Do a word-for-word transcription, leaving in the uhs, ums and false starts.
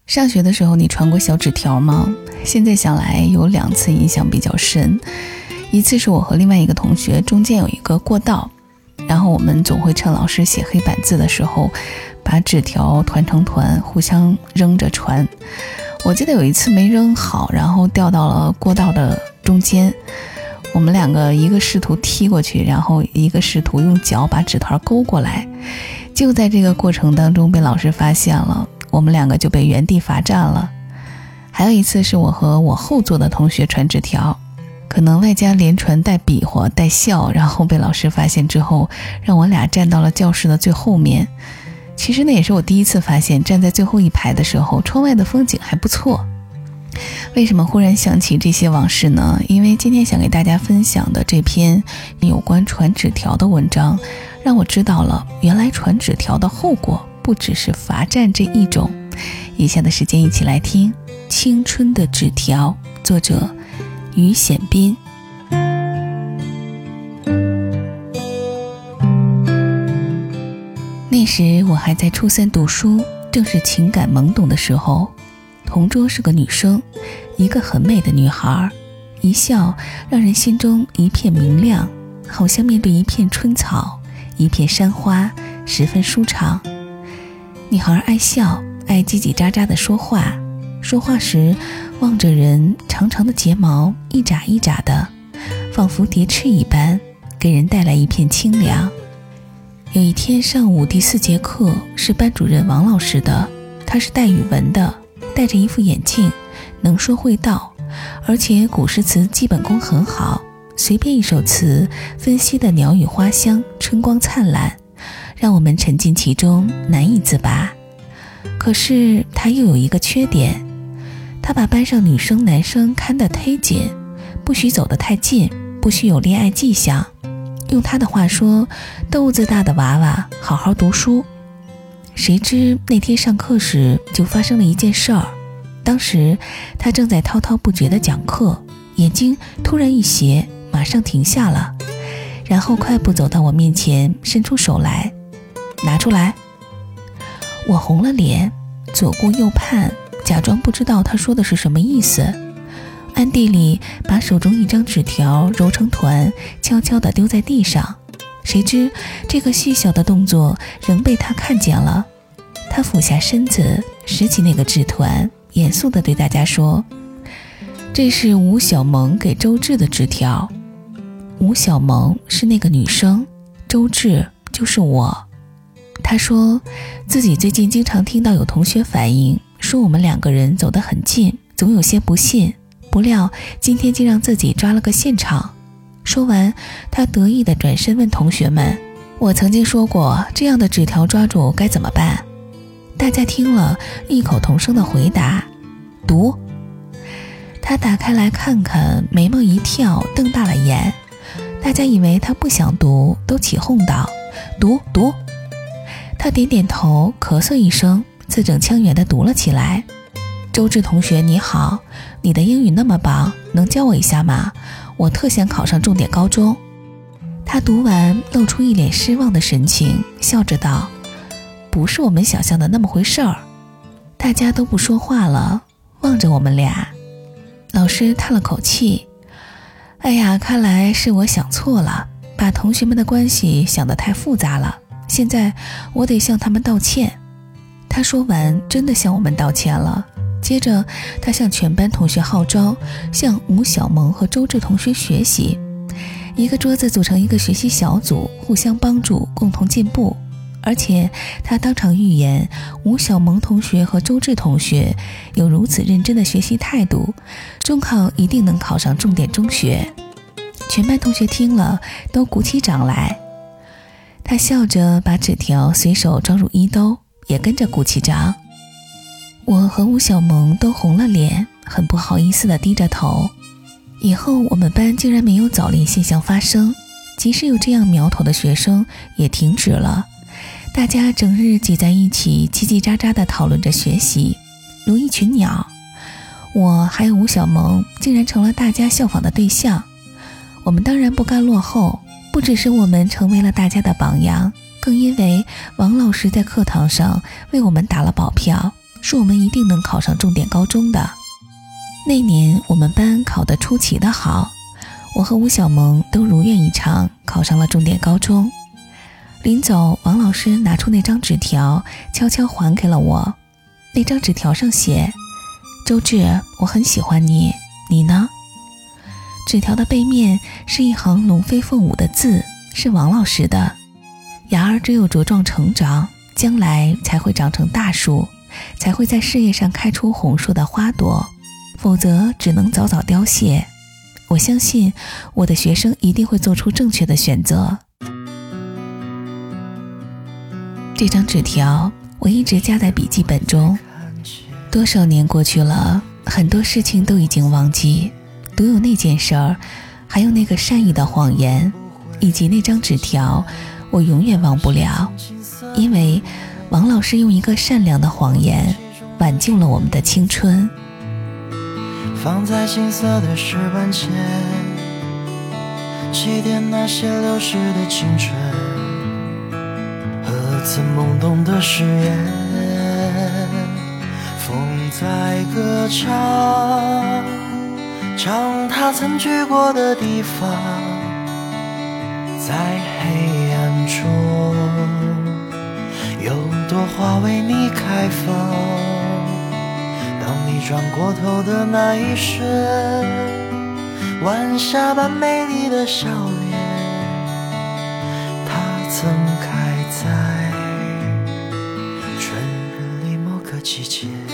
上学的时候你传过小纸条吗？现在想来有两次印象比较深，一次是我和另外一个同学中间有一个过道，然后我们总会趁老师写黑板字的时候把纸条团成团互相扔着传。我记得有一次没扔好，然后掉到了过道的中间，我们两个一个试图踢过去，然后一个试图用脚把纸团勾过来，就在这个过程当中被老师发现了，我们两个就被原地罚站了。还有一次是我和我后座的同学传纸条，可能外加连传带比划带笑，然后被老师发现之后让我俩站到了教室的最后面。其实那也是我第一次发现站在最后一排的时候窗外的风景还不错。为什么忽然想起这些往事呢？因为今天想给大家分享的这篇有关传纸条的文章，让我知道了原来传纸条的后果不只是罚站这一种。以下的时间一起来听《青春的纸条》，作者于显斌。那时我还在初三读书，正是情感懵懂的时候。同桌是个女生，一个很美的女孩，一笑让人心中一片明亮，好像面对一片春草，一片山花，十分舒畅。女孩爱笑，爱叽叽喳喳地说话，说话时望着人，长长的睫毛一眨一眨的，仿佛蝶翅一般，给人带来一片清凉。有一天上午第四节课是班主任王老师的，他是带语文的，戴着一副眼镜，能说会道，而且古诗词基本功很好，随便一首词分析的鸟语花香，春光灿烂，让我们沉浸其中难以自拔。可是他又有一个缺点，他把班上女生男生看得忒紧，不许走得太近，不许有恋爱迹象。用他的话说，豆子大的娃娃好好读书。谁知那天上课时就发生了一件事儿。当时他正在滔滔不绝地讲课，眼睛突然一斜，马上停下了，然后快步走到我面前，伸出手来，拿出来。我红了脸，左顾右盼，假装不知道他说的是什么意思，暗地里把手中一张纸条揉成团，悄悄地丢在地上。谁知这个细小的动作仍被他看见了。他俯下身子，拾起那个纸团，严肃地对大家说：“这是吴小萌给周志的纸条。”吴小萌是那个女生，周志就是我。他说自己最近经常听到有同学反映，说我们两个人走得很近，总有些不信，不料今天竟让自己抓了个现场。说完，他得意地转身问同学们：“我曾经说过，这样的纸条抓住该怎么办？”大家听了，异口同声地回答：“读。”他打开来看看，眉毛一跳，瞪大了眼。大家以为他不想读，都起哄道：“读读。”他点点头，咳嗽一声，字正腔圆地读了起来：“周志同学你好，你的英语那么棒，能教我一下吗？我特想考上重点高中。”他读完露出一脸失望的神情，笑着道：“不是我们想象的那么回事儿。”大家都不说话了，望着我们俩。老师叹了口气：“哎呀，看来是我想错了，把同学们的关系想得太复杂了，现在我得向他们道歉。”他说完真的向我们道歉了。接着他向全班同学号召，向吴小萌和周志同学学习，一个桌子组成一个学习小组，互相帮助，共同进步。而且他当场预言，吴小萌同学和周志同学有如此认真的学习态度，中考一定能考上重点中学。全班同学听了都鼓起掌来。他笑着把纸条随手装入衣兜，也跟着鼓起掌。我和吴小萌都红了脸，很不好意思地低着头。以后我们班竟然没有早恋现象发生，即使有这样苗头的学生也停止了。大家整日挤在一起，叽叽喳喳地讨论着学习，如一群鸟。我还有吴小萌竟然成了大家效仿的对象。我们当然不甘落后，不只是我们成为了大家的榜样，更因为王老师在课堂上为我们打了保票， 说我们一定能考上重点高中的。那年我们班考得出奇的好，我和吴小萌都如愿以偿考上了重点高中。临走，王老师拿出那张纸条，悄悄还给了我。那张纸条上写：周志，我很喜欢你，你呢？纸条的背面是一行龙飞凤舞的字，是王老师的。芽儿只有茁壮成长，将来才会长成大树，才会在事业上开出红硕的花朵，否则只能早早凋谢。我相信我的学生一定会做出正确的选择。这张纸条我一直夹在笔记本中，多少年过去了，很多事情都已经忘记，独有那件事儿，还有那个善意的谎言，以及那张纸条，我永远忘不了。因为王老师用一个善良的谎言挽救了我们的青春。 放在金色的石板前，祭奠那些流逝的青春，何曾懵懂的誓言。风在歌唱，唱他曾去过的地方，在黑暗中有朵花为你开放。当你转过头的那一瞬，晚霞般美丽的笑脸，它曾开在春日里某个季节。